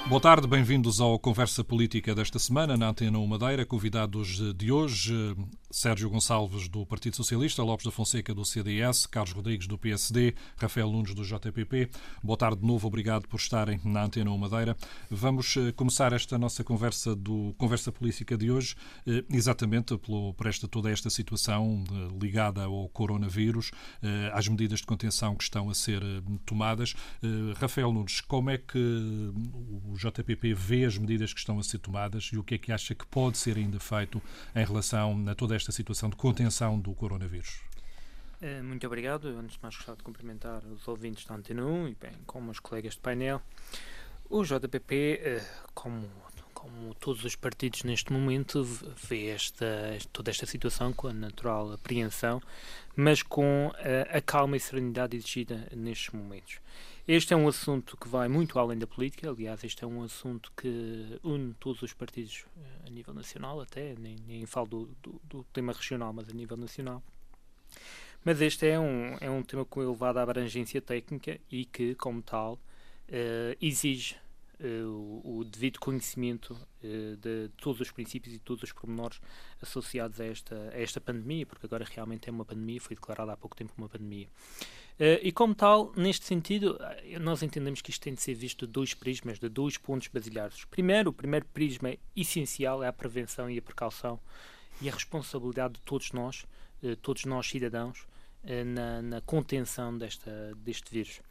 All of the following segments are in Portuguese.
Boa tarde, bem-vindos ao Conversa Política desta semana na Antena 1 Madeira. Convidados de hoje, Sérgio Gonçalves do Partido Socialista, Lopes da Fonseca do CDS, Carlos Rodrigues do PSD, Rafael Nunes do JPP. Boa tarde de novo, obrigado por estarem na Antena 1 Madeira. Vamos começar esta nossa conversa do Conversa Política de hoje exatamente por toda esta situação ligada ao coronavírus, às medidas de contenção que estão a ser tomadas. Rafael Nunes, como é que o JPP vê as medidas que estão a ser tomadas e o que é que acha que pode ser ainda feito em relação a toda esta situação de contenção do coronavírus? Muito obrigado. Eu, antes de mais, gostava de cumprimentar os ouvintes da Antena 1 e, bem, como os colegas de painel. O JPP, como todos os partidos neste momento, vê toda esta situação com a natural apreensão, mas com a calma e serenidade exigida nestes momentos. Este é um assunto que vai muito além da política. Aliás, este é um assunto que une todos os partidos a nível nacional, até, nem falo do tema regional, mas a nível nacional. Mas este é um tema com elevada abrangência técnica e que, como tal, exige o devido conhecimento de todos os princípios e todos os pormenores associados a esta pandemia, porque agora realmente é uma pandemia, foi declarada há pouco tempo uma pandemia. E como tal, neste sentido, nós entendemos que isto tem de ser visto de dois prismas, de dois pontos basilares. O primeiro prisma essencial é a prevenção e a precaução e a responsabilidade de todos nós cidadãos, na contenção deste vírus.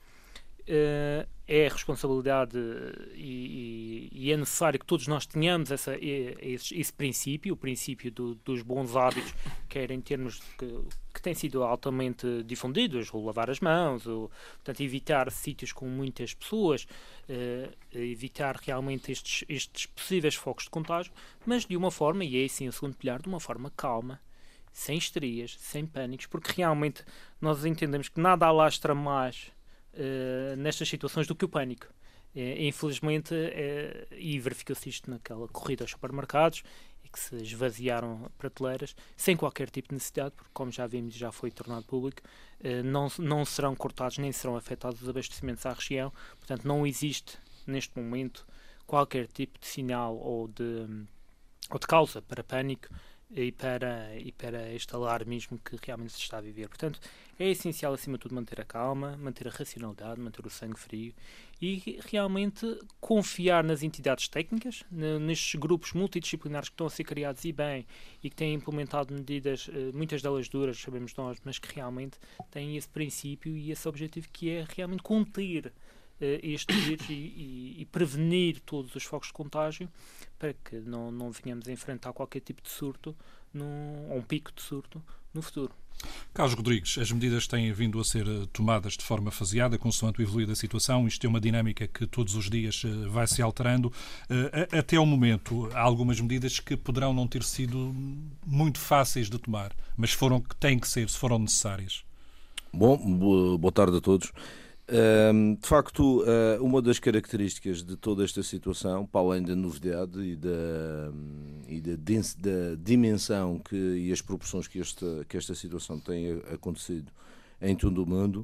É a responsabilidade e é necessário que todos nós tenhamos esse princípio, o princípio dos bons hábitos, quer em termos que têm sido altamente difundidos, o lavar as mãos, portanto, evitar sítios com muitas pessoas, evitar realmente estes possíveis focos de contágio, mas de uma forma, e é assim o segundo pilar, de uma forma calma, sem histerias, sem pânicos, porque realmente nós entendemos que nada alastra mais nestas situações do que o pânico. Infelizmente, e verificou-se isto naquela corrida aos supermercados, e que se esvaziaram prateleiras sem qualquer tipo de necessidade, porque, como já vimos e já foi tornado público, não serão cortados nem serão afetados os abastecimentos à região. Portanto, não existe neste momento qualquer tipo de sinal ou de causa para pânico e para este alarmismo que realmente se está a viver. Portanto, é essencial, acima de tudo, manter a calma, manter a racionalidade, manter o sangue frio e realmente confiar nas entidades técnicas, nestes grupos multidisciplinares que estão a ser criados e bem, e que têm implementado medidas, muitas delas duras, sabemos nós, mas que realmente têm esse princípio e esse objetivo, que é realmente conter este vírus e prevenir todos os focos de contágio, para que não venhamos a enfrentar qualquer tipo de surto, ou um pico de surto no futuro. Carlos Rodrigues, as medidas têm vindo a ser tomadas de forma faseada, consoante o evoluir da situação. Isto é uma dinâmica que todos os dias vai se alterando. Até ao momento, há algumas medidas que poderão não ter sido muito fáceis de tomar, mas têm que ser, se foram necessárias. Bom, boa tarde a todos. De facto, uma das características de toda esta situação, para além da novidade e da dimensão e as proporções que esta situação tem acontecido em todo o mundo,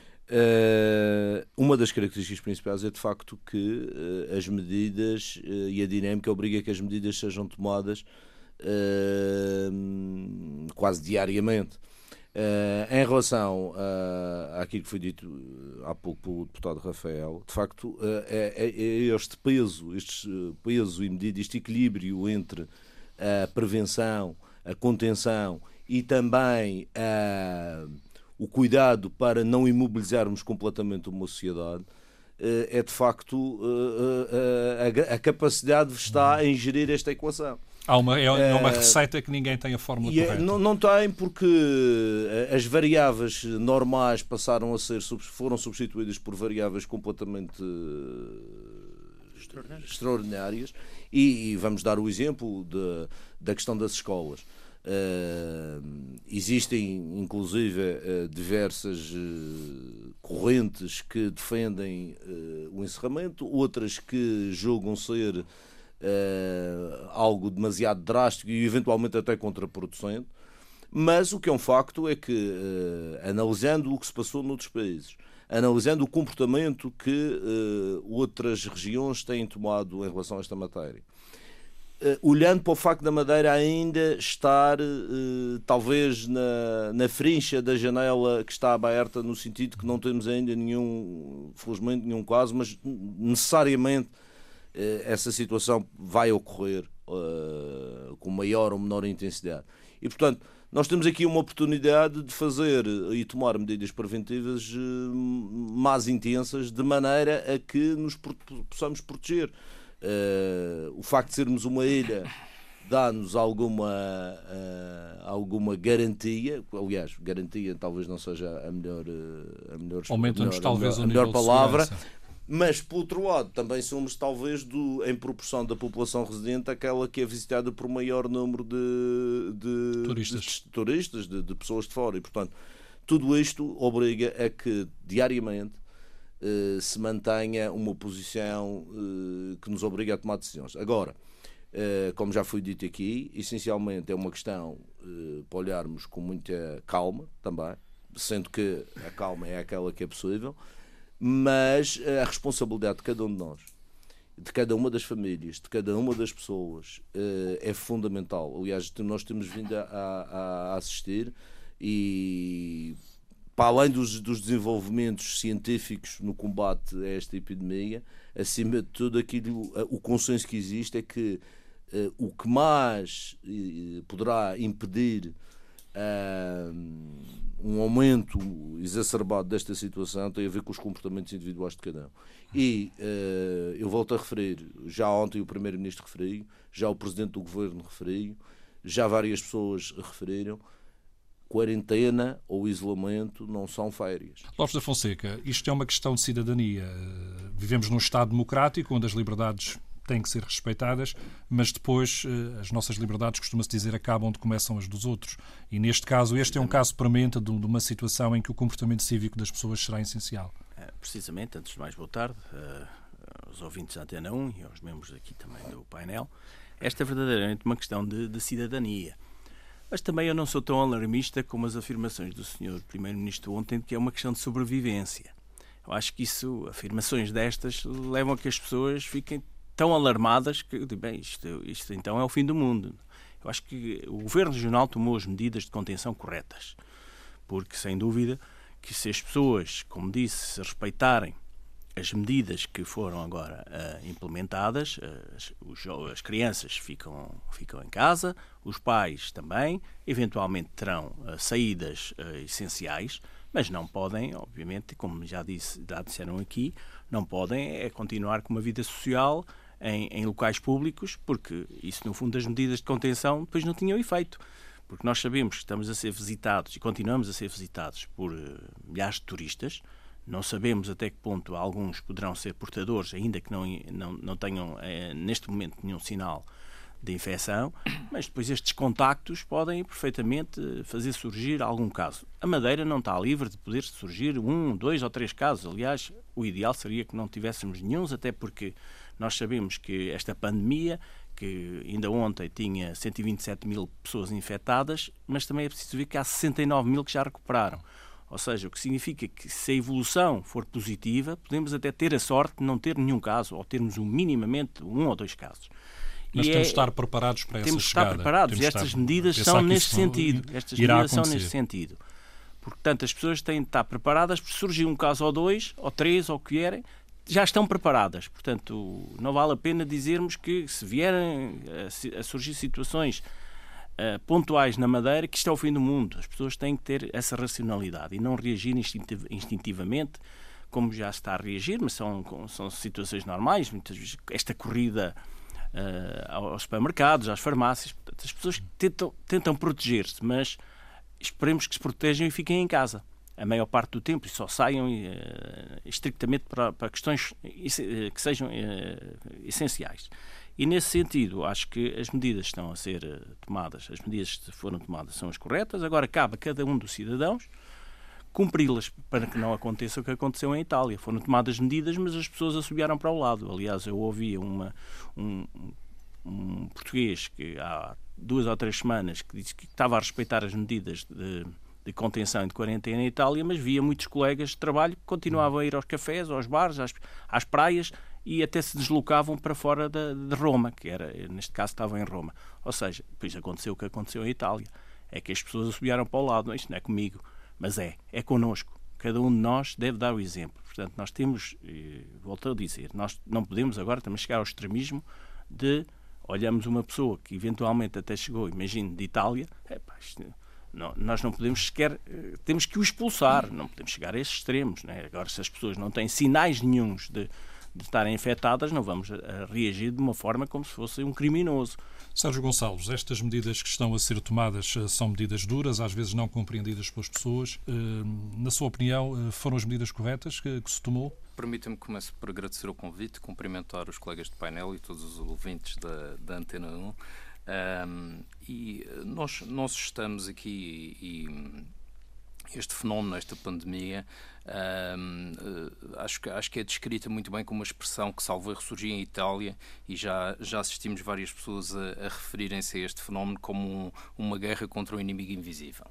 uma das características principais é de facto que as medidas e a dinâmica obriga que as medidas sejam tomadas quase diariamente. Em relação àquilo que foi dito há pouco pelo deputado Rafael, de facto, este peso e medida, este equilíbrio entre a prevenção, a contenção e também o cuidado para não imobilizarmos completamente uma sociedade, é de facto a capacidade está em gerir esta equação. É uma receita que ninguém tem a fórmula correta. Não tem, porque as variáveis normais foram substituídas por variáveis completamente extraordinárias. E vamos dar o exemplo da questão das escolas. Existem, inclusive, diversas correntes que defendem o encerramento, outras que julgam ser algo demasiado drástico e eventualmente até contraproducente, mas o que é um facto é que, analisando o que se passou noutros países, analisando o comportamento que outras regiões têm tomado em relação a esta matéria. Olhando para o facto da Madeira ainda estar talvez na frincha da janela que está aberta, no sentido que não temos ainda felizmente nenhum caso, mas necessariamente essa situação vai ocorrer com maior ou menor intensidade. E, portanto, nós temos aqui uma oportunidade de fazer e tomar medidas preventivas mais intensas, de maneira a que nos possamos proteger. O facto de sermos uma ilha dá-nos alguma garantia. Aliás, garantia talvez não seja a melhor palavra, mas por outro lado também somos talvez em proporção da população residente aquela que é visitada por maior número de turistas, de pessoas de fora, e portanto tudo isto obriga a que diariamente se mantenha uma posição que nos obriga a tomar decisões. Agora, como já foi dito aqui, essencialmente é uma questão para olharmos com muita calma também, sendo que a calma é aquela que é possível, mas a responsabilidade de cada um de nós, de cada uma das famílias, de cada uma das pessoas é fundamental. Aliás, nós temos vindo a assistir, e para além dos desenvolvimentos científicos no combate a esta epidemia, acima de tudo o consenso que existe é que o que mais poderá impedir um aumento exacerbado desta situação tem a ver com os comportamentos individuais de cada um. E eu volto a referir, já ontem o Primeiro-Ministro referiu, já o Presidente do Governo referiu, já várias pessoas referiram: quarentena ou isolamento não são férias. Lopes da Fonseca, isto é uma questão de cidadania. Vivemos num Estado democrático onde as liberdades têm que ser respeitadas, mas depois as nossas liberdades, costuma-se dizer, acabam onde começam as dos outros. E neste caso, este é um caso premente de uma situação em que o comportamento cívico das pessoas será essencial. Precisamente, antes de mais, boa tarde aos ouvintes da Antena 1 e aos membros aqui também do painel. Esta é verdadeiramente uma questão de cidadania. Mas também eu não sou tão alarmista como as afirmações do Sr. Primeiro-Ministro ontem, de que é uma questão de sobrevivência. Eu acho que afirmações destas levam a que as pessoas fiquem tão alarmadas que, bem, isto então é o fim do mundo. Eu acho que o Governo Regional tomou as medidas de contenção corretas, porque, sem dúvida, que se as pessoas, como disse, se respeitarem as medidas que foram agora implementadas, as crianças ficam em casa, os pais também, eventualmente terão saídas essenciais, mas não podem, obviamente, como já disseram aqui, não podem continuar com uma vida social em locais públicos, porque isso, no fundo, as medidas de contenção depois não tinham efeito. Porque nós sabemos que estamos a ser visitados e continuamos a ser visitados por milhares de turistas. Não sabemos até que ponto alguns poderão ser portadores, ainda que não tenham neste momento nenhum sinal de infecção, mas depois estes contactos podem perfeitamente fazer surgir algum caso. A Madeira não está livre de poder surgir 1, 2 ou 3 casos. Aliás, o ideal seria que não tivéssemos nenhum, até porque nós sabemos que esta pandemia, que ainda ontem tinha 127 mil pessoas infectadas, mas também é preciso ver que há 69 mil que já recuperaram. Ou seja, o que significa que, se a evolução for positiva, podemos até ter a sorte de não ter nenhum caso, ou termos minimamente 1 ou 2 casos. Mas temos de estar preparados para essa chegada. Temos de estar preparados, e estas medidas são neste sentido. Portanto, as pessoas têm de estar preparadas, por surgir um caso ou 2, ou 3, ou o que vierem, já estão preparadas. Portanto, não vale a pena dizermos que, se vierem a surgir situações pontuais na Madeira, que isto é o fim do mundo. As pessoas têm que ter essa racionalidade e não reagir instintivamente, como já se está a reagir, mas são situações normais. Muitas vezes esta corrida aos supermercados, às farmácias, portanto, as pessoas tentam proteger-se, mas esperemos que se protejam e fiquem em casa a maior parte do tempo e só saiam estritamente para questões que sejam essenciais. E, nesse sentido, acho que as medidas estão a ser tomadas, as medidas que foram tomadas são as corretas. Agora cabe a cada um dos cidadãos cumpri-las para que não aconteça o que aconteceu em Itália. Foram tomadas medidas, mas as pessoas assobiaram para o lado. Aliás, eu ouvia um português que há 2 ou 3 semanas que disse que estava a respeitar as medidas de contenção e de quarentena em Itália, mas via muitos colegas de trabalho que continuavam a ir aos cafés, aos bares, às praias e até se deslocavam para fora de Roma, que era, neste caso estavam em Roma. Ou seja, depois aconteceu o que aconteceu em Itália. É que as pessoas assobiaram para o lado. Isto não é comigo, mas é connosco. Cada um de nós deve dar o exemplo. Portanto, nós temos, volto a dizer, nós não podemos agora também chegar ao extremismo de olhamos uma pessoa que eventualmente até chegou, imagino, de Itália, nós não podemos sequer, temos que o expulsar, não podemos chegar a esses extremos. Né? Agora, se as pessoas não têm sinais nenhuns de estarem infectadas, não vamos reagir de uma forma como se fosse um criminoso. Sérgio Gonçalves, estas medidas que estão a ser tomadas são medidas duras, às vezes não compreendidas pelas pessoas. Na sua opinião, foram as medidas corretas que se tomou? Permita-me que comece por agradecer o convite, cumprimentar os colegas de painel e todos os ouvintes da Antena 1. Nós estamos aqui e este fenómeno, esta pandemia, acho que é descrita muito bem como uma expressão que, salvo erro, surgiu em Itália e já assistimos várias pessoas a referirem-se a este fenómeno como uma guerra contra um inimigo invisível.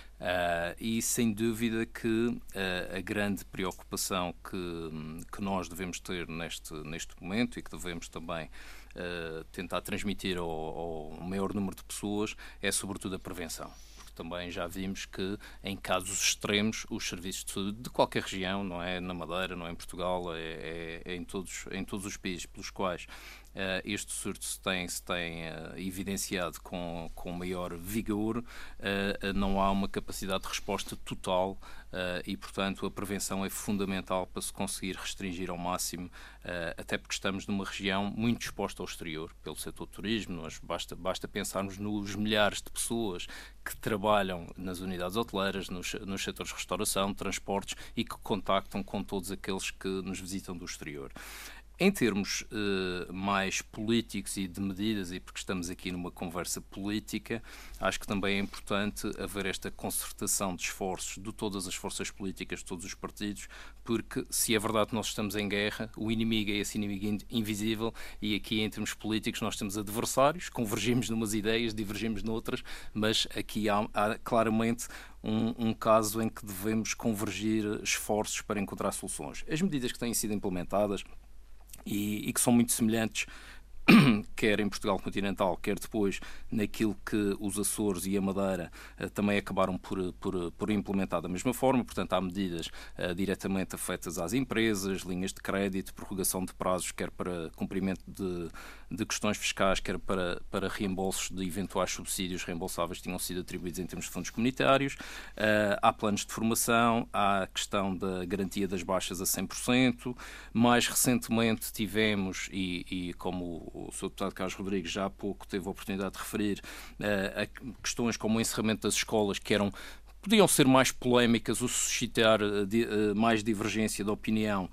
E sem dúvida que a grande preocupação que nós devemos ter neste momento e que devemos também tentar transmitir ao maior número de pessoas é sobretudo a prevenção. Também já vimos que, em casos extremos, os serviços de saúde de qualquer região, não é na Madeira, não é em Portugal, é em todos os países pelos quais este surto se tem evidenciado com maior vigor, não há uma capacidade de resposta total e, portanto, a prevenção é fundamental para se conseguir restringir ao máximo, até porque estamos numa região muito exposta ao exterior, pelo setor do turismo. Basta pensarmos nos milhares de pessoas que trabalham nas unidades hoteleiras, nos setores de restauração, transportes e que contactam com todos aqueles que nos visitam do exterior. Em termos mais políticos e de medidas, e porque estamos aqui numa conversa política, acho que também é importante haver esta concertação de esforços de todas as forças políticas, de todos os partidos, porque se é verdade que nós estamos em guerra, o inimigo é esse inimigo invisível e aqui em termos políticos nós temos adversários, convergimos numas ideias, divergimos noutras, mas aqui há claramente um caso em que devemos convergir esforços para encontrar soluções. As medidas que têm sido implementadas e que são muito semelhantes, quer em Portugal continental, quer depois naquilo que os Açores e a Madeira também acabaram por implementar da mesma forma. Portanto, há medidas diretamente afetas às empresas, linhas de crédito, prorrogação de prazos, quer para cumprimento de questões fiscais, quer para reembolsos de eventuais subsídios reembolsáveis que tinham sido atribuídos em termos de fundos comunitários. Há planos de formação, há a questão da garantia das baixas a 100%. Mais recentemente tivemos, e como o Sr. Deputado Carlos Rodrigues já há pouco teve a oportunidade de referir, questões como o encerramento das escolas, que podiam ser mais polémicas ou suscitar mais divergência de opinião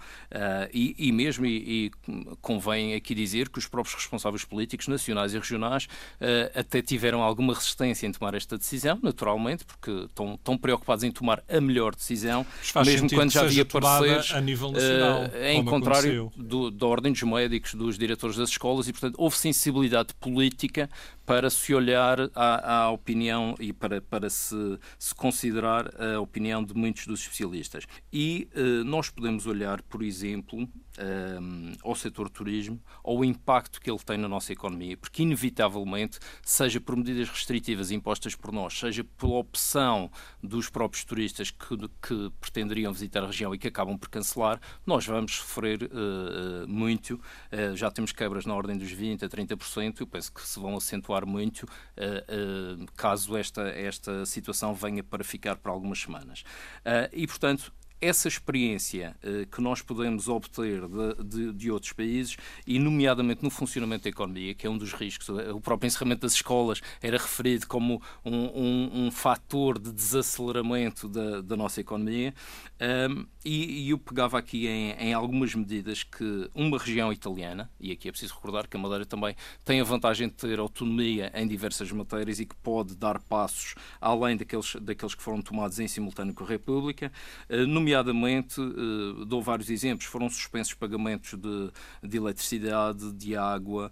e convém aqui dizer que os próprios responsáveis políticos nacionais e regionais até tiveram alguma resistência em tomar esta decisão, naturalmente, porque estão preocupados em tomar a melhor decisão, mesmo quando já havia pareceres a nível nacional, em contrário da ordem dos médicos, dos diretores das escolas, e portanto houve sensibilidade política para se olhar à opinião e para se considerar a opinião de muitos dos especialistas. E nós podemos olhar, por exemplo, ao setor turismo, ao impacto que ele tem na nossa economia, porque inevitavelmente, seja por medidas restritivas impostas por nós, seja pela opção dos próprios turistas que pretenderiam visitar a região e que acabam por cancelar, nós vamos sofrer muito. Já temos quebras na ordem dos 20% a 30%, eu penso que se vão acentuar muito caso esta situação venha para ficar por algumas semanas. E, portanto, essa experiência que nós podemos obter de outros países, e nomeadamente no funcionamento da economia, que é um dos riscos, o próprio encerramento das escolas era referido como um fator de desaceleramento da nossa economia, e eu pegava aqui em algumas medidas que uma região italiana, e aqui é preciso recordar que a Madeira também tem a vantagem de ter autonomia em diversas matérias e que pode dar passos além daqueles que foram tomados em simultâneo com a República, nomeadamente nomeadamente, dou vários exemplos, foram suspensos pagamentos de eletricidade, de água,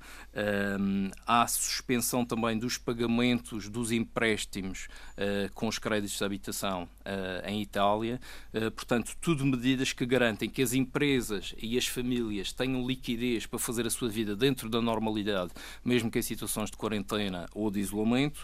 há suspensão também dos pagamentos dos empréstimos com os créditos de habitação em Itália. Portanto, tudo medidas que garantem que as empresas e as famílias tenham liquidez para fazer a sua vida dentro da normalidade, mesmo que em situações de quarentena ou de isolamento.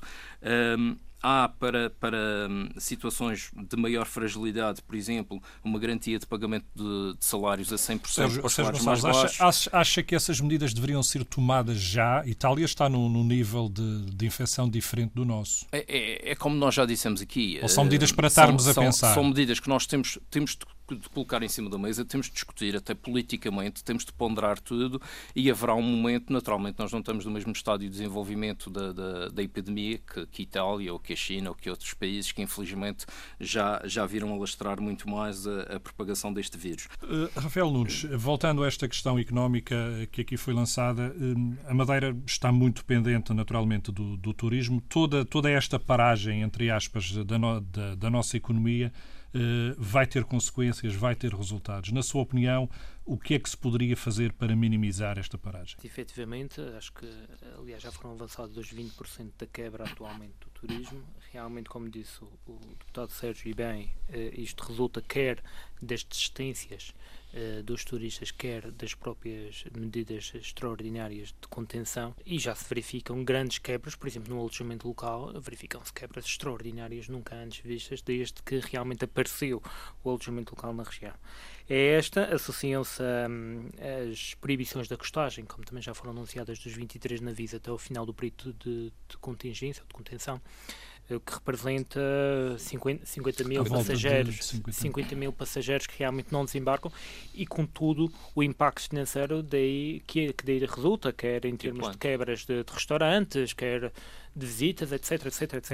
Há para situações de maior fragilidade, por exemplo, uma garantia de pagamento de salários a 100% para os salários mais baixos. Acha que essas medidas deveriam ser tomadas já? A Itália está num nível de infecção diferente do nosso. É como nós já dissemos aqui. Ou são medidas para estarmos a pensar? São medidas que nós temos de colocar em cima da mesa, temos de discutir até politicamente, temos de ponderar tudo e haverá um momento, naturalmente nós não estamos no mesmo estádio de desenvolvimento da epidemia que Itália ou que a China ou que outros países que infelizmente já viram alastrar muito mais a propagação deste vírus. Rafael Nunes, voltando a esta questão económica que aqui foi lançada, a Madeira está muito pendente naturalmente do turismo. Toda esta paragem, entre aspas, da nossa economia vai ter consequências, vai ter resultados. Na sua opinião, o que é que se poderia fazer para minimizar esta paragem? Efetivamente, acho que, aliás, já foram avançados os 20% da quebra atualmente do turismo. Realmente, como disse o deputado Sérgio, e bem, isto resulta quer das desistências dos turistas, quer das próprias medidas extraordinárias de contenção, e já se verificam grandes quebras, por exemplo, no alojamento local, verificam-se quebras extraordinárias nunca antes vistas, desde que realmente apareceu o alojamento local na região. É esta, associam-se às proibições da costagem, como também já foram anunciadas dos 23 navios até ao final do período de contingência, ou de contenção, que representa 50 mil passageiros, 50 mil passageiros que realmente não desembarcam, e contudo o impacto financeiro que daí resulta, quer em termos de quebras de restaurantes, quer de visitas, etc.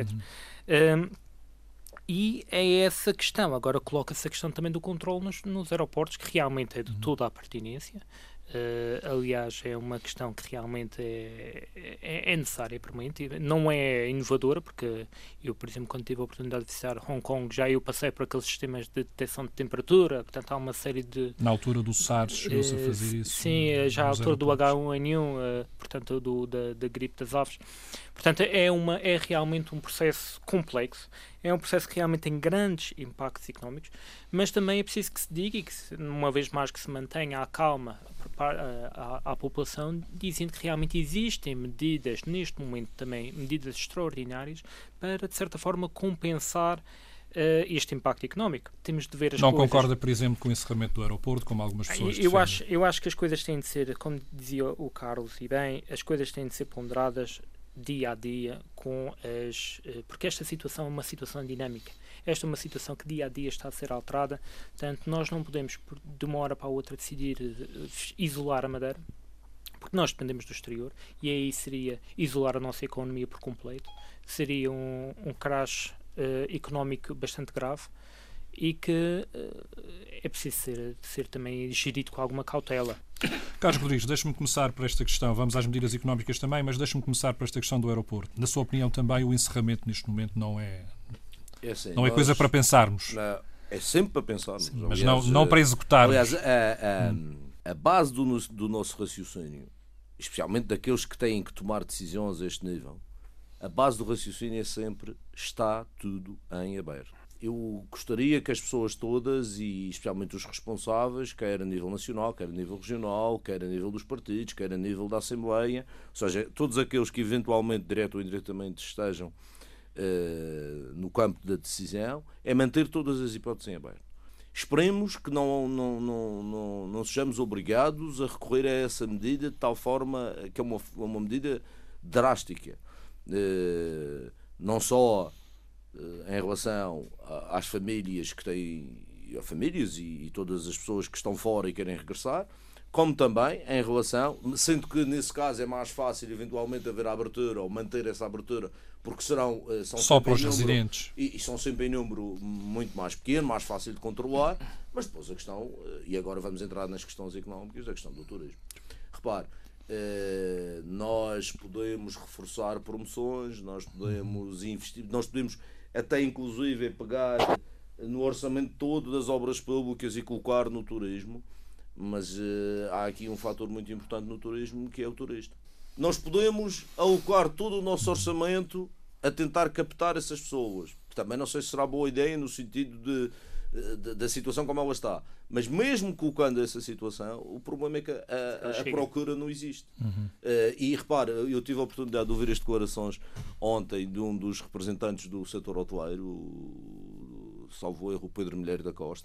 E é essa questão. Agora coloca-se a questão também do controle nos aeroportos, que realmente é de toda a pertinência. Aliás, é uma questão que realmente é necessária para mim. Não é inovadora, porque eu, por exemplo, quando tive a oportunidade de visitar Hong Kong, já eu passei por aqueles sistemas de detecção de temperatura, portanto há uma série de... Na altura do SARS chegou-se a fazer isso? Sim, já à altura do H1N1, portanto da gripe das aves. Portanto, é realmente um processo complexo, é um processo que realmente tem grandes impactos económicos, mas também é preciso que se diga e que, uma vez mais, que se mantenha a calma à população, dizendo que realmente existem medidas, neste momento também, medidas extraordinárias para, de certa forma, compensar este impacto económico. Temos de ver as Não coisas... concorda, por exemplo, com o encerramento do aeroporto, como algumas pessoas eu acho que as coisas têm de ser, como dizia o Carlos, e bem, as coisas têm de ser ponderadas dia a dia porque esta situação é uma situação dinâmica. Esta é uma situação que dia a dia está a ser alterada, portanto nós não podemos de uma hora para a outra decidir isolar a Madeira, porque nós dependemos do exterior, e aí seria isolar a nossa economia por completo, seria um crash económico bastante grave, e que é preciso ser também gerido com alguma cautela. Carlos Rodrigues, deixe-me começar por esta questão. Vamos às medidas económicas também, mas deixe-me começar por esta questão do aeroporto. Na sua opinião também o encerramento neste momento não é coisa para pensarmos? É sempre para pensarmos. Sim, mas não para executarmos. Aliás, a base do nosso raciocínio, especialmente daqueles que têm que tomar decisões a este nível, a base do raciocínio é sempre: está tudo em aberto. Eu gostaria que as pessoas todas, e especialmente os responsáveis, quer a nível nacional, quer a nível regional, quer a nível dos partidos, quer a nível da Assembleia, ou seja, todos aqueles que eventualmente, direto ou indiretamente, estejam no campo da decisão, é manter todas as hipóteses em aberto. Esperemos que não sejamos obrigados a recorrer a essa medida de tal forma que é uma medida drástica. Não só em relação às famílias que têm, famílias e todas as pessoas que estão fora e querem regressar, como também em relação, sendo que nesse caso é mais fácil eventualmente haver a abertura ou manter essa abertura, porque são só para os residentes e são sempre em número muito mais pequeno, mais fácil de controlar, mas depois a questão, e agora vamos entrar nas questões económicas, a questão do turismo. Repare, nós podemos reforçar promoções, nós podemos investir, nós podemos até inclusive pegar no orçamento todo das obras públicas e colocar no turismo, mas há aqui um fator muito importante no turismo, que é o turista. Nós podemos alocar todo o nosso orçamento a tentar captar essas pessoas. Também não sei se será boa ideia no sentido da situação como ela está. Mas mesmo colocando essa situação, o problema é que a procura não existe. E repara, eu tive a oportunidade de ouvir as declarações ontem de um dos representantes do setor hoteleiro, salvo erro, o Pedro Milheiro da Costa,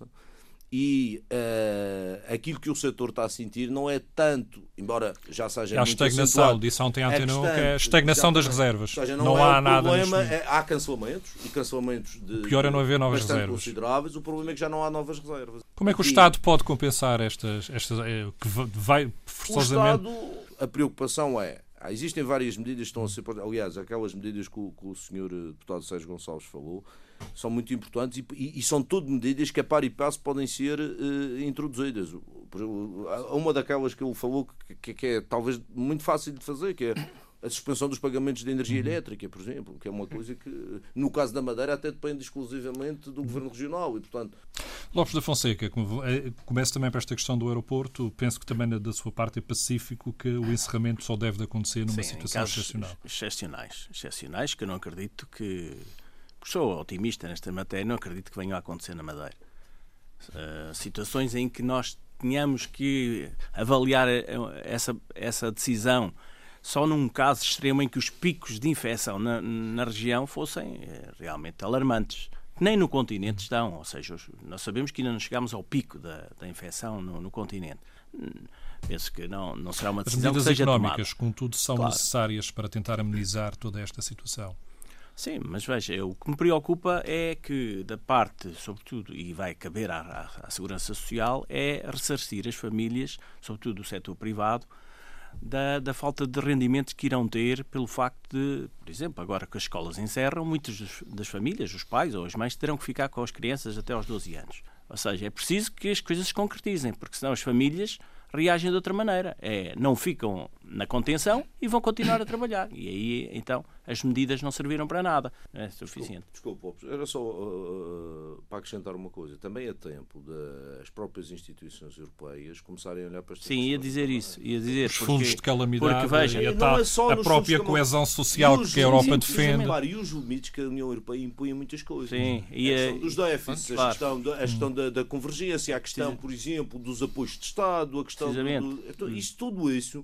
e aquilo que o setor está a sentir não é tanto, embora já seja há muito estagnação, acentuado, disse ontem à Antena 1, que é a já, estagnação das reservas. Ou seja, não é há o nada problema, neste há cancelamentos, e cancelamentos de, o pior é não haver novas bastante reservas. consideráveis. O problema é que já não há novas reservas. Como é que o Estado pode compensar estas que vai forçosamente... O Estado, a preocupação é, existem várias medidas que estão a ser... Aliás, aquelas medidas que o Sr. Deputado Sérgio Gonçalves falou são muito importantes e são tudo medidas que a par e passo podem ser introduzidas. Uma daquelas que ele falou que é talvez muito fácil de fazer, que é a suspensão dos pagamentos de energia elétrica, por exemplo, que é uma coisa que, no caso da Madeira, até depende exclusivamente do Governo Regional e, portanto... Lopes da Fonseca, começo também para esta questão do aeroporto, penso que também da sua parte é pacífico que o encerramento só deve de acontecer numa situação excepcionais, que eu não acredito que... Sou otimista nesta matéria, não acredito que venham a acontecer na Madeira. Situações em que nós tenhamos que avaliar essa decisão só num caso extremo em que os picos de infecção na região fossem realmente alarmantes. Nem no continente estão, ou seja, nós sabemos que ainda não chegamos ao pico da infecção no continente. Penso que não será uma decisão que seja tomada. As medidas económicas, contudo, são necessárias para tentar amenizar toda esta situação. Sim, mas veja, o que me preocupa é que, da parte, sobretudo, e vai caber à Segurança Social, é ressarcir as famílias, sobretudo do setor privado, da falta de rendimentos que irão ter pelo facto de, por exemplo, agora que as escolas encerram, muitas das famílias, os pais ou as mães, terão que ficar com as crianças até aos 12 anos. Ou seja, é preciso que as coisas se concretizem, porque senão as famílias reagem de outra maneira. Não ficam na contenção e vão continuar a trabalhar. E aí, então, as medidas não serviram para nada. Não é suficiente. Desculpa, era só para acrescentar uma coisa. Também é tempo das próprias instituições europeias começarem a olhar para estas questões. Sim, ia dizer isso. Ia dizer, os fundos de calamidade, porque, veja, a própria coesão social que a Europa defende. E os limites que a União Europeia impõe muitas coisas. Sim, a questão dos déficits, a questão da convergência, a questão, por exemplo, dos apoios de Estado, a questão tudo isso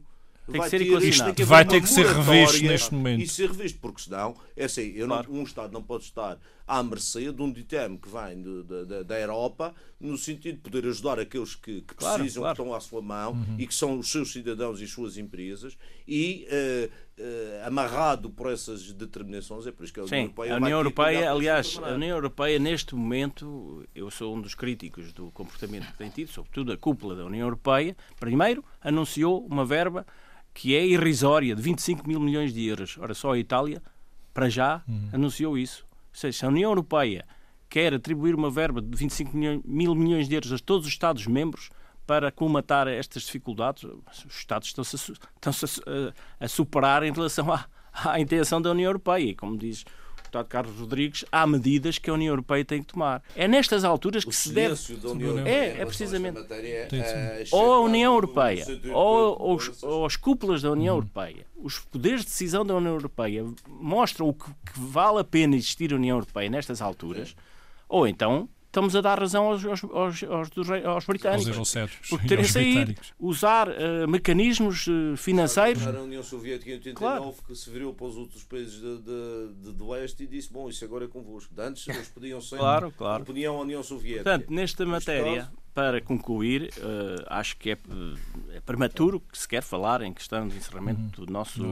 vai ter que ser revisto neste momento. E ser revisto, porque senão, é assim, um Estado não pode estar à mercê de um ditame que vem da Europa, no sentido de poder ajudar aqueles que precisam, que estão à sua mão e que são os seus cidadãos e as suas empresas, e amarrado por essas determinações. É por isso que a União Europeia... A União Europeia, aliás, a União Europeia, neste momento, eu sou um dos críticos do comportamento que tem tido, sobretudo a cúpula da União Europeia. Primeiro, anunciou uma verba que é irrisória, de 25 mil milhões de euros. Ora, só a Itália, para já, anunciou isso. Ou seja, se a União Europeia quer atribuir uma verba de 25 mil milhões de euros a todos os Estados-membros para colmatar estas dificuldades, os Estados estão-se a superar em relação à intenção da União Europeia. E, como diz o deputado Carlos Rodrigues, há medidas que a União Europeia tem que tomar. É nestas alturas que se deve... É precisamente... Ou a União Europeia, ou as cúpulas da União Europeia, os poderes de decisão da União Europeia mostram o que vale a pena existir a União Europeia nestas alturas, ou então estamos a dar razão aos britânicos. Porque terem saído, usar mecanismos financeiros. A União Soviética em 89 que se virou para os outros países do Oeste e disse, bom, isso agora é convosco. Antes eles pediam sempre opinião à União Soviética. Portanto, nesta matéria, para concluir, acho que é prematuro que se quer falar em questão de encerramento do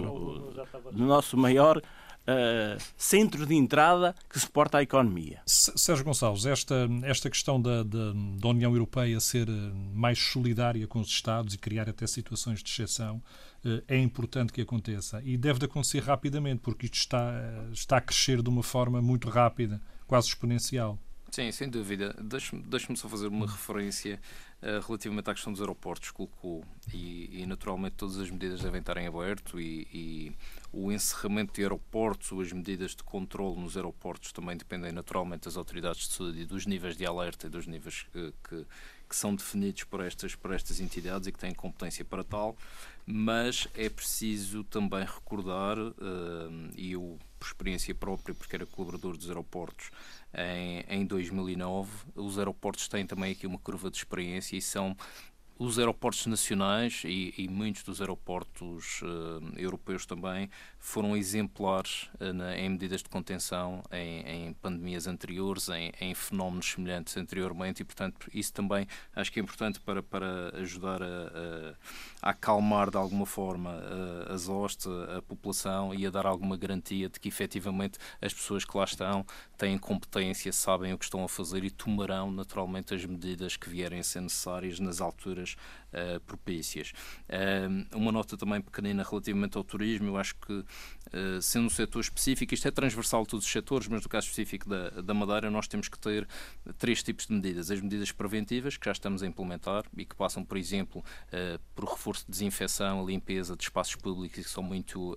nosso maior centro de entrada que suporta a economia. Sérgio Gonçalves, esta questão da União Europeia ser mais solidária com os Estados e criar até situações de exceção é importante que aconteça e deve de acontecer rapidamente, porque isto está a crescer de uma forma muito rápida, quase exponencial. Sim, sem dúvida. Deixe-me só fazer uma referência relativamente à questão dos aeroportos. Colocou e naturalmente todas as medidas devem estar em aberto e o encerramento de aeroportos ou as medidas de controle nos aeroportos também dependem naturalmente das autoridades de saúde e dos níveis de alerta e dos níveis que são definidos por estas entidades e que têm competência para tal, mas é preciso também recordar, e eu por experiência própria, porque era colaborador dos aeroportos em 2009, os aeroportos têm também aqui uma curva de experiência e são os aeroportos nacionais e muitos dos aeroportos europeus também foram exemplares em medidas de contenção em pandemias anteriores, em fenómenos semelhantes anteriormente e, portanto, isso também acho que é importante para ajudar a acalmar de alguma forma as hostes, a população e a dar alguma garantia de que efetivamente as pessoas que lá estão têm competência, sabem o que estão a fazer e tomarão naturalmente as medidas que vierem a ser necessárias nas alturas propícias. Uma nota também pequenina relativamente ao turismo, eu acho que sendo um setor específico, isto é transversal a todos os setores, mas no caso específico da Madeira nós temos que ter 3 tipos de medidas. As medidas preventivas, que já estamos a implementar e que passam, por exemplo, por reforço de desinfecção, a limpeza de espaços públicos que são muito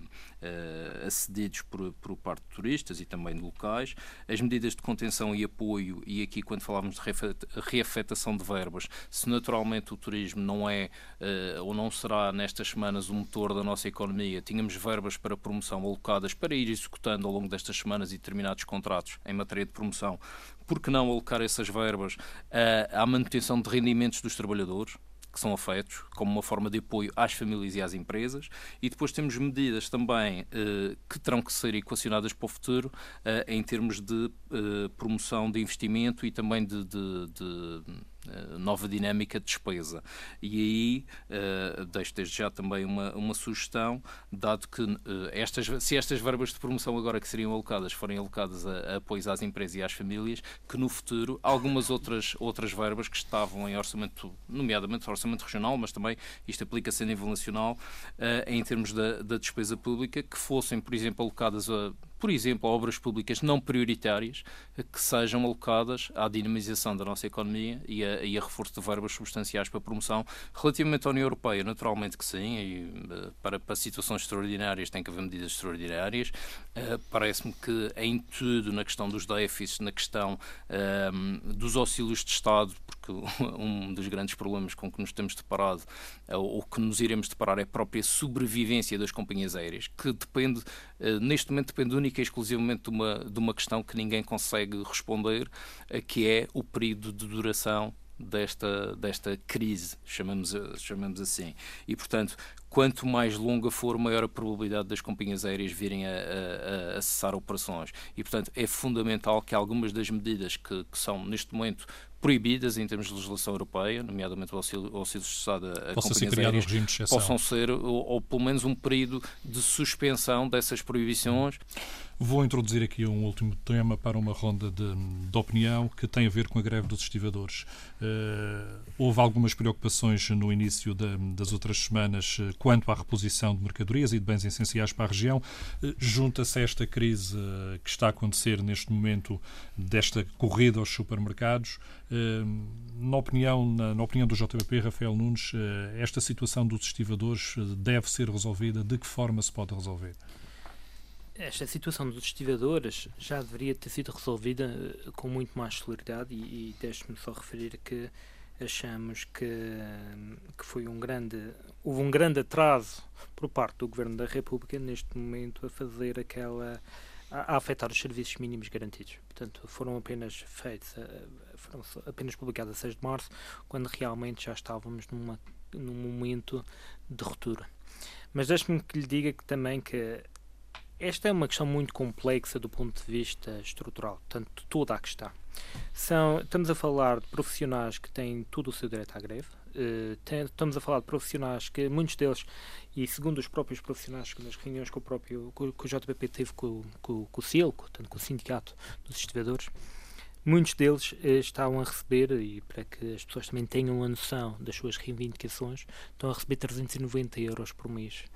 acedidos por parte de turistas e também de locais. As medidas de contenção e apoio, e aqui quando falávamos de reafetação de verbas, se naturalmente o turismo não é ou não será nestas semanas o motor da nossa economia, tínhamos verbas para promoção alocadas para ir executando ao longo destas semanas e determinados contratos em matéria de promoção. Por que não alocar essas verbas à manutenção de rendimentos dos trabalhadores, que são afetos, como uma forma de apoio às famílias e às empresas, e depois temos medidas também que terão que ser equacionadas para o futuro em termos de promoção de investimento e também de nova dinâmica de despesa. E aí deixo desde já também uma sugestão, dado que se estas verbas de promoção agora que seriam alocadas forem alocadas a apoios às empresas e às famílias, que no futuro algumas outras verbas que estavam em orçamento, nomeadamente orçamento regional, mas também isto aplica-se a nível nacional, em termos da despesa pública, que fossem, por exemplo, alocadas a obras públicas não prioritárias que sejam alocadas à dinamização da nossa economia e a reforço de verbas substanciais para a promoção. Relativamente à União Europeia, naturalmente que sim, e para situações extraordinárias tem que haver medidas extraordinárias. Parece-me que em tudo, na questão dos déficits, na questão dos auxílios de Estado, porque um dos grandes problemas com que nos temos deparado, ou que nos iremos deparar, é a própria sobrevivência das companhias aéreas, que depende, neste momento, depende única e exclusivamente de uma questão que ninguém consegue responder, que é o período de duração desta crise, chamamos assim. E, portanto, quanto mais longa for, maior a probabilidade das companhias aéreas virem a cessar operações. E, portanto, é fundamental que algumas das medidas que são, neste momento, proibidas em termos de legislação europeia, nomeadamente o auxílio de Estado a companhias aéreas, possam ser, ou pelo menos um período de suspensão dessas proibições. Vou introduzir aqui um último tema para uma ronda de opinião que tem a ver com a greve dos estivadores. Houve algumas preocupações no início das outras semanas quanto à reposição de mercadorias e de bens essenciais para a região. Junta-se a esta crise que está a acontecer neste momento desta corrida aos supermercados. Na opinião do JPP, Rafael Nunes, esta situação dos estivadores deve ser resolvida? De que forma se pode resolver? Esta situação dos estivadores já deveria ter sido resolvida com muito mais celeridade e deixe-me só referir que achamos que houve um grande atraso por parte do Governo da República neste momento a afetar os serviços mínimos garantidos. Portanto, foram apenas publicados a 6 de março, quando realmente já estávamos num momento de ruptura. Mas deixe-me que lhe diga também que esta é uma questão muito complexa do ponto de vista estrutural, portanto, toda a questão. Estamos a falar de profissionais que têm todo o seu direito à greve, estamos a falar de profissionais que muitos deles, e segundo os próprios profissionais nas reuniões que o JPP teve com o CIL, portanto, com o Sindicato dos Estivadores, muitos deles estavam a receber, e para que as pessoas também tenham a noção das suas reivindicações, estão a receber 390 euros por mês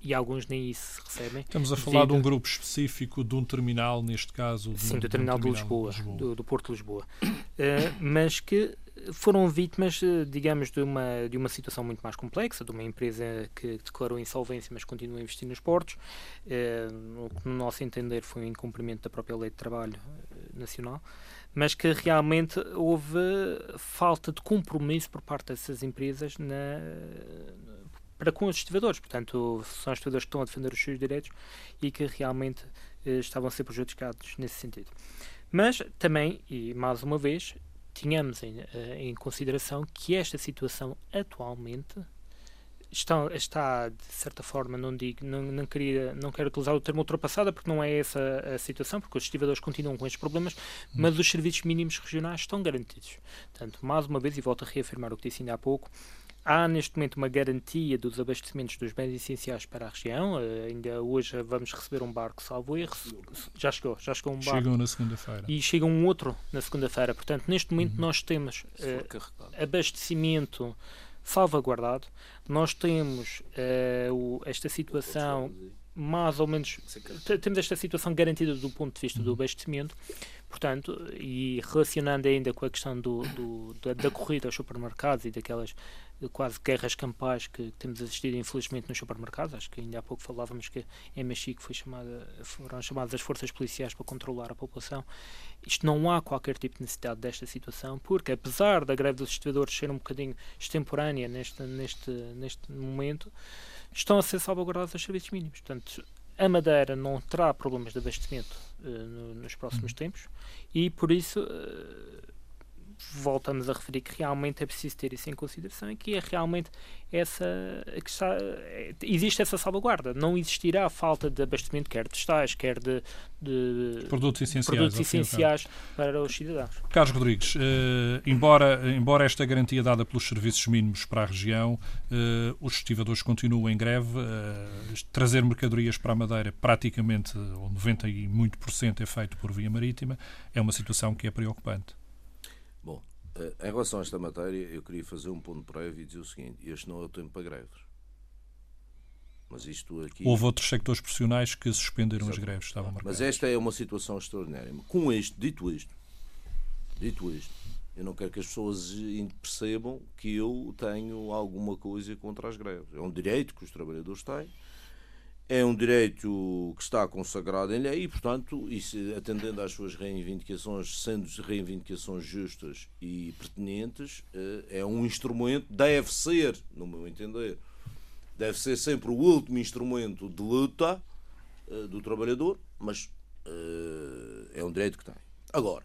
e alguns nem isso recebem. Estamos a falar de um grupo específico, de um terminal, neste caso. Sim, do terminal de Lisboa, do Porto de Lisboa. Mas que foram vítimas, digamos, de uma situação muito mais complexa, de uma empresa que declarou insolvência, mas continua a investir nos portos. No nosso entender, foi um incumprimento da própria Lei de Trabalho Nacional, mas que realmente houve falta de compromisso por parte dessas empresas para com os estudadores. Portanto, são estudadores que estão a defender os seus direitos e que realmente estavam a ser prejudicados nesse sentido. Mas também, e mais uma vez, tínhamos em consideração que esta situação atualmente está de certa forma, não quero utilizar o termo ultrapassada, porque não é essa a situação, porque os estudadores continuam com estes problemas, mas os serviços mínimos regionais estão garantidos. Portanto, mais uma vez, e volto a reafirmar o que disse ainda há pouco, há neste momento uma garantia dos abastecimentos dos bens essenciais para a região. Ainda hoje vamos receber um barco, salvo erro. Já chegou um barco. Chegam na segunda-feira. E chega um outro na segunda-feira. Portanto, neste momento nós temos abastecimento salvaguardado. Nós temos esta situação mais ou menos... Temos esta situação garantida do ponto de vista do abastecimento. Portanto, e relacionando ainda com a questão da corrida aos supermercados e daquelas quase guerras campais que temos assistido infelizmente nos supermercados, acho que ainda há pouco falávamos que em Mexico foram chamadas as forças policiais para controlar a população. Isto não há qualquer tipo de necessidade desta situação, porque apesar da greve dos estudadores ser um bocadinho extemporânea neste momento, estão a ser salvaguardados os serviços mínimos. Portanto, a Madeira não terá problemas de abastecimento nos próximos tempos e, por isso, voltamos a referir que realmente é preciso ter isso em consideração e que é realmente existe essa salvaguarda. Não existirá falta de abastecimento, quer de estais, quer de produtos essenciais para os cidadãos. Carlos Rodrigues, embora esta garantia dada pelos serviços mínimos para a região, os estivadores continuam em greve. Trazer mercadorias para a Madeira, praticamente, ou 90% e muito por cento, é feito por via marítima. É uma situação que é preocupante. Bom, em relação a esta matéria, eu queria fazer um ponto prévio e dizer o seguinte: este não é o tempo para greves. Mas isto aqui... Houve outros sectores profissionais que suspenderam as greves, estavam marcadas. Mas esta é uma situação extraordinária. Dito isto, eu não quero que as pessoas percebam que eu tenho alguma coisa contra as greves. É um direito que os trabalhadores têm. É um direito que está consagrado em lei e, portanto, atendendo às suas reivindicações, sendo reivindicações justas e pertinentes, é um instrumento, deve ser, no meu entender, deve ser sempre o último instrumento de luta do trabalhador, mas é um direito que tem. Agora,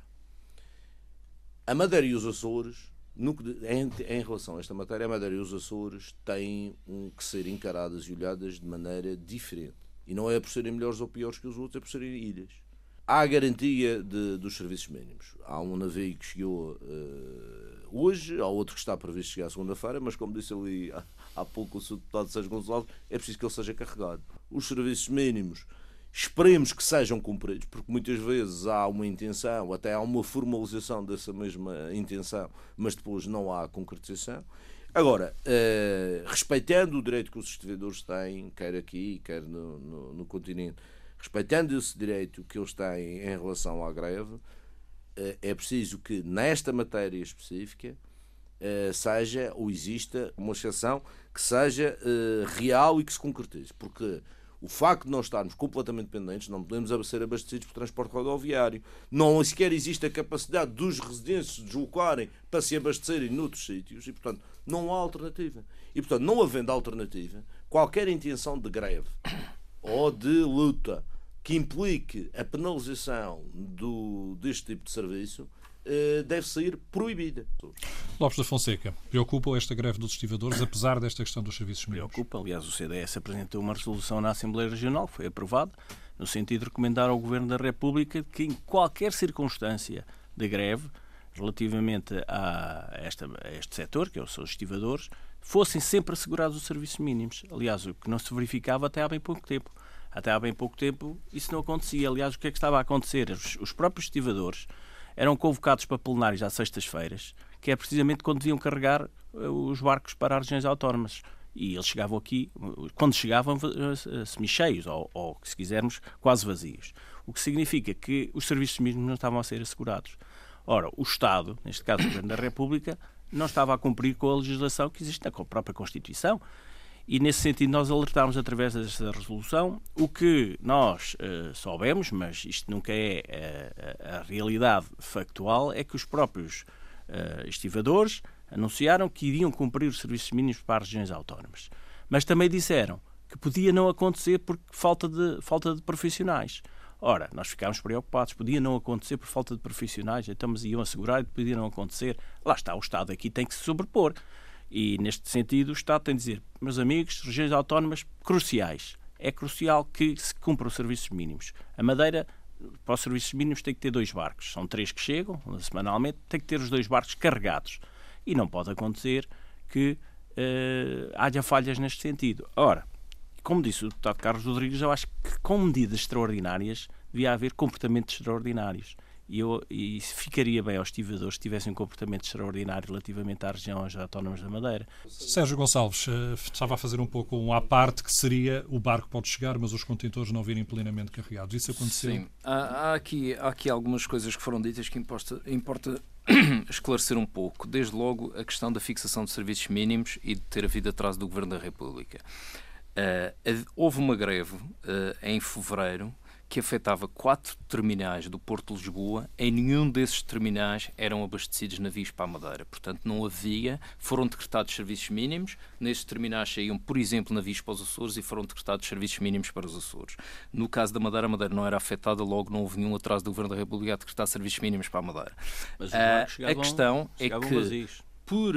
a Madeira e os Açores, em relação a esta matéria, a Madeira e os Açores têm que ser encaradas e olhadas de maneira diferente. E não é por serem melhores ou piores que os outros, é por serem ilhas. Há a garantia dos serviços mínimos. Há um navio que chegou hoje, há outro que está previsto chegar segunda-feira, mas como disse ali há pouco o Sr. Deputado Sérgio Gonçalves, é preciso que ele seja carregado. Os serviços mínimos, esperemos que sejam cumpridos, porque muitas vezes há uma intenção, até há uma formalização dessa mesma intenção, mas depois não há concretização. Agora, respeitando o direito que os estudadores têm, quer aqui, quer no continente, respeitando esse direito que eles têm em relação à greve, é preciso que nesta matéria específica seja ou exista uma exceção que seja real e que se concretize, porque o facto de não estarmos completamente dependentes, não podemos ser abastecidos por transporte rodoviário, não sequer existe a capacidade dos residentes se deslocarem para se abastecerem noutros sítios e, portanto, não há alternativa. E, portanto, não havendo alternativa, qualquer intenção de greve ou de luta que implique a penalização deste tipo de serviço deve ser proibida. Lopes da Fonseca, preocupa esta greve dos estivadores, apesar desta questão dos serviços mínimos? Preocupa. Aliás, o CDS apresentou uma resolução na Assembleia Regional, que foi aprovada, no sentido de recomendar ao Governo da República que em qualquer circunstância de greve, relativamente a este setor, que são os estivadores, fossem sempre assegurados os serviços mínimos. Aliás, o que não se verificava até há bem pouco tempo. Até há bem pouco tempo isso não acontecia. Aliás, o que é que estava a acontecer? Os próprios estivadores eram convocados para plenários às sextas-feiras, que é precisamente quando deviam carregar os barcos para as regiões autónomas. E eles chegavam aqui, quando chegavam, semi-cheios, ou, se quisermos, quase vazios. O que significa que os serviços mínimos não estavam a ser assegurados. Ora, o Estado, neste caso o Governo da República, não estava a cumprir com a legislação que existe na própria Constituição. E, nesse sentido, nós alertámos através desta resolução. O que nós soubemos, mas isto nunca é a realidade factual, é que os próprios estivadores anunciaram que iriam cumprir os serviços mínimos para as regiões autónomas. Mas também disseram que podia não acontecer por falta de profissionais. Ora, nós ficámos preocupados, podia não acontecer por falta de profissionais, então mas iam assegurar que podia não acontecer. Lá está, o Estado aqui tem que se sobrepor. E, neste sentido, o Estado tem de dizer, meus amigos, regiões autónomas cruciais. É crucial que se cumpram os serviços mínimos. A Madeira, para os serviços mínimos, tem que ter 2 barcos. São 3 que chegam, semanalmente, tem que ter os 2 barcos carregados. E não pode acontecer que haja falhas neste sentido. Ora, como disse o deputado Carlos Rodrigues, eu acho que com medidas extraordinárias devia haver comportamentos extraordinários. E ficaria bem aos estivadores que tivessem um comportamento extraordinário relativamente às regiões autónomas da Madeira. Sérgio Gonçalves, estava a fazer um pouco um à parte, que seria o barco pode chegar, mas os contentores não virem plenamente carregados. Isso aconteceu? Sim. Há aqui algumas coisas que foram ditas que importa esclarecer um pouco. Desde logo a questão da fixação de serviços mínimos e de ter havido atraso do Governo da República. Houve uma greve em fevereiro que afetava 4 terminais do Porto de Lisboa. Em nenhum desses terminais eram abastecidos navios para a Madeira. Portanto, foram decretados serviços mínimos. Nesses terminais saíam, por exemplo, navios para os Açores e foram decretados serviços mínimos para os Açores. No caso da Madeira, a Madeira não era afetada, logo não houve nenhum atraso do Governo da República a decretar serviços mínimos para a Madeira. Mas a questão é que, vazios.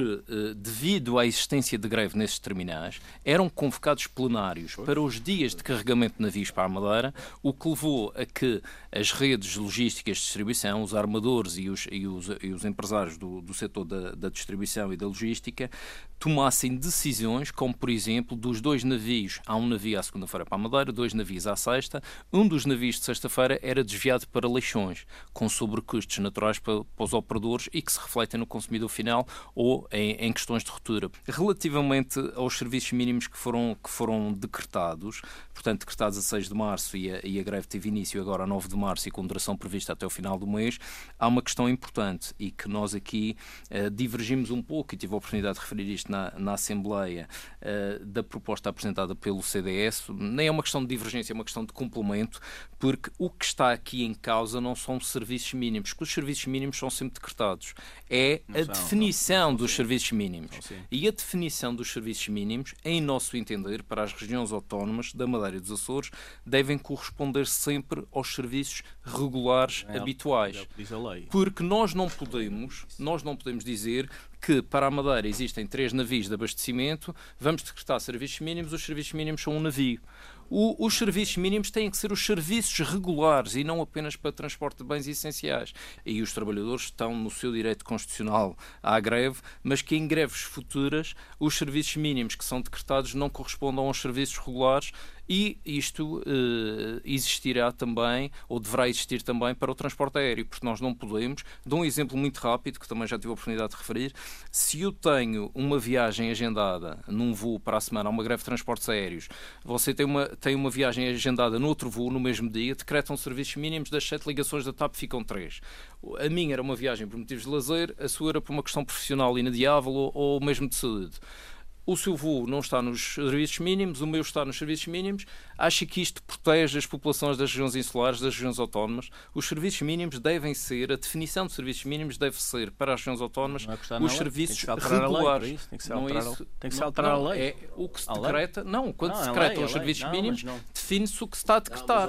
Devido à existência de greve nesses terminais, eram convocados plenários para os dias de carregamento de navios para a Madeira, o que levou a que as redes logísticas de distribuição, os armadores e os empresários do setor da distribuição e da logística, tomassem decisões, como por exemplo, dos 2 navios, há um navio à segunda-feira para a Madeira, 2 navios à sexta, um dos navios de sexta-feira era desviado para Leixões, com sobrecustos naturais para os operadores e que se refletem no consumidor final ou em questões de ruptura. Relativamente aos serviços mínimos que foram decretados, portanto decretados a 6 de março e a greve teve início agora a 9 de março e com duração prevista até o final do mês, há uma questão importante e que nós aqui divergimos um pouco, e tive a oportunidade de referir isto na Assembleia, da proposta apresentada pelo CDS. Nem é uma questão de divergência, é uma questão de complemento, porque o que está aqui em causa não são serviços mínimos, porque os serviços mínimos são sempre decretados. É a definição dos serviços mínimos. E a definição dos serviços mínimos, em nosso entender, para as regiões autónomas da Madeira e dos Açores, devem corresponder sempre aos serviços regulares habituais. Porque nós não podemos dizer que para a Madeira existem 3 navios de abastecimento, vamos decretar serviços mínimos, os serviços mínimos são um navio. Os serviços mínimos têm que ser os serviços regulares e não apenas para transporte de bens essenciais. E os trabalhadores estão no seu direito constitucional à greve, mas que em greves futuras os serviços mínimos que são decretados não correspondam aos serviços regulares, e isto existirá também, ou deverá existir também, para o transporte aéreo, porque nós não podemos. Dou um exemplo muito rápido, que também já tive a oportunidade de referir. Se eu tenho uma viagem agendada num voo para a semana, uma greve de transportes aéreos, você tem uma viagem agendada no outro voo, no mesmo dia, decretam serviços mínimos, das 7 ligações da TAP ficam 3. A minha era uma viagem por motivos de lazer, a sua era por uma questão profissional inadiável ou mesmo de saúde. O seu voo não está nos serviços mínimos, o meu está nos serviços mínimos. Acha que isto protege as populações das regiões insulares, das regiões autónomas? Os serviços mínimos devem ser, a definição de serviços mínimos deve ser para as regiões autónomas os serviços regulares. Tem que se alterar a lei. É o que se decreta. Não, quando se decretam os serviços mínimos, define-se o que se está a decretar.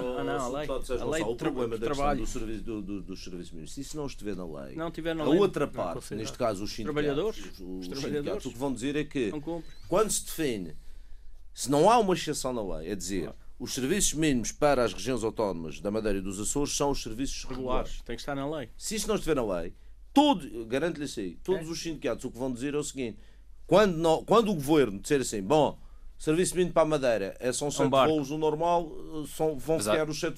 A lei o problema da questão dos serviços mínimos, se isso não estiver na lei, a outra parte, neste caso os sindicatos, o que vão dizer é que quando se define, se não há uma exceção na lei, é dizer, os serviços mínimos para as regiões autónomas da Madeira e dos Açores são os serviços regulares. Tem que estar na lei. Se isso não estiver na lei, garanto-lhe assim, todos os sindicatos o que vão dizer é o seguinte: quando o governo disser assim, bom, serviço mínimo para a Madeira são 7 voos, o normal vão ficar os 7 voos.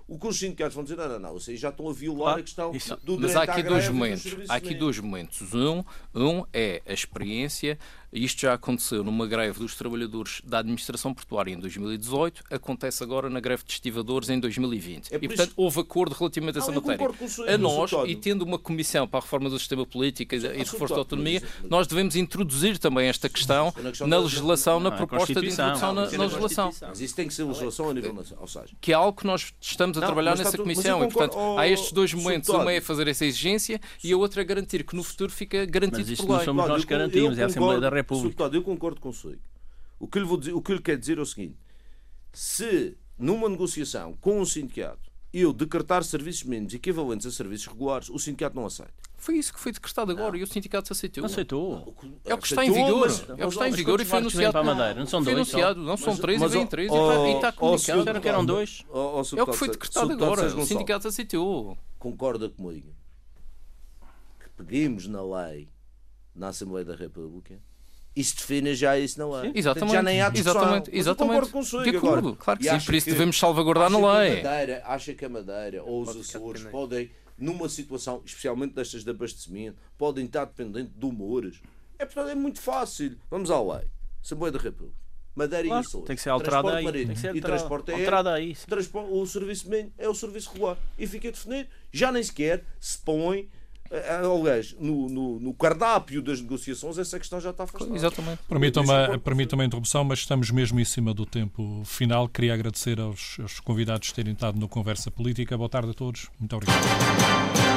o que os sindicatos vão dizer, não, isso aí já estão a violar a questão do mas direito há aqui à greve dois dos momentos. serviços Há aqui mínimos. dois momentos. Um é a experiência. Isto já aconteceu numa greve dos trabalhadores da administração portuária em 2018, acontece agora na greve de estivadores em 2020. E, portanto, houve acordo relativamente a essa matéria. A nós, e tendo uma comissão para a reforma do sistema político e de reforço da autonomia, nós devemos introduzir também esta questão na legislação, na proposta de introdução na legislação. Mas isso tem que ser legislação a nível nacional. Ou seja, Que é algo que nós estamos a trabalhar nessa comissão. E, portanto, há estes dois momentos. Uma é fazer essa exigência e a outra é garantir que no futuro fica garantido mas isto por lei. não somos nós que garantimos, é a Assembleia da República. Eu concordo consigo. O que lhe quero dizer é o seguinte: se numa negociação com um sindicato eu decretar serviços mínimos equivalentes a serviços regulares, o sindicato não aceita. Foi isso que foi decretado agora e o sindicato aceitou. Não aceitou. É o que está em vigor. É o que está em vigor e foi anunciado. Para a Madeira? Não são dois? Não são três e vêm três e está comunicado. Disseram que eram dois. É o que foi decretado agora. O sindicato aceitou. Concorda comigo que peguemos na lei na Assembleia da República e se define já isso na lei. Exatamente. Já nem há discussão. Exatamente. Consigo, de acordo. agora. Claro que sim. Por isso devemos salvaguardar na lei. Acha que a Madeira ou os Açores podem, numa situação, especialmente destas de abastecimento, podem estar dependentes de humores? Portanto, é muito fácil. Vamos à lei. Assembleia da República. Madeira e Açores. Tem que ser alterada aí. Tem que ser alterada aí. O serviço mínimo é o serviço regular. E fica definido. Já nem sequer se põe. Aliás, no cardápio das negociações essa questão já está afastada. Exatamente. Permita-me a interrupção, mas estamos mesmo em cima do tempo final. Queria agradecer aos convidados terem estado no Conversa Política. Boa tarde a todos. Muito obrigado.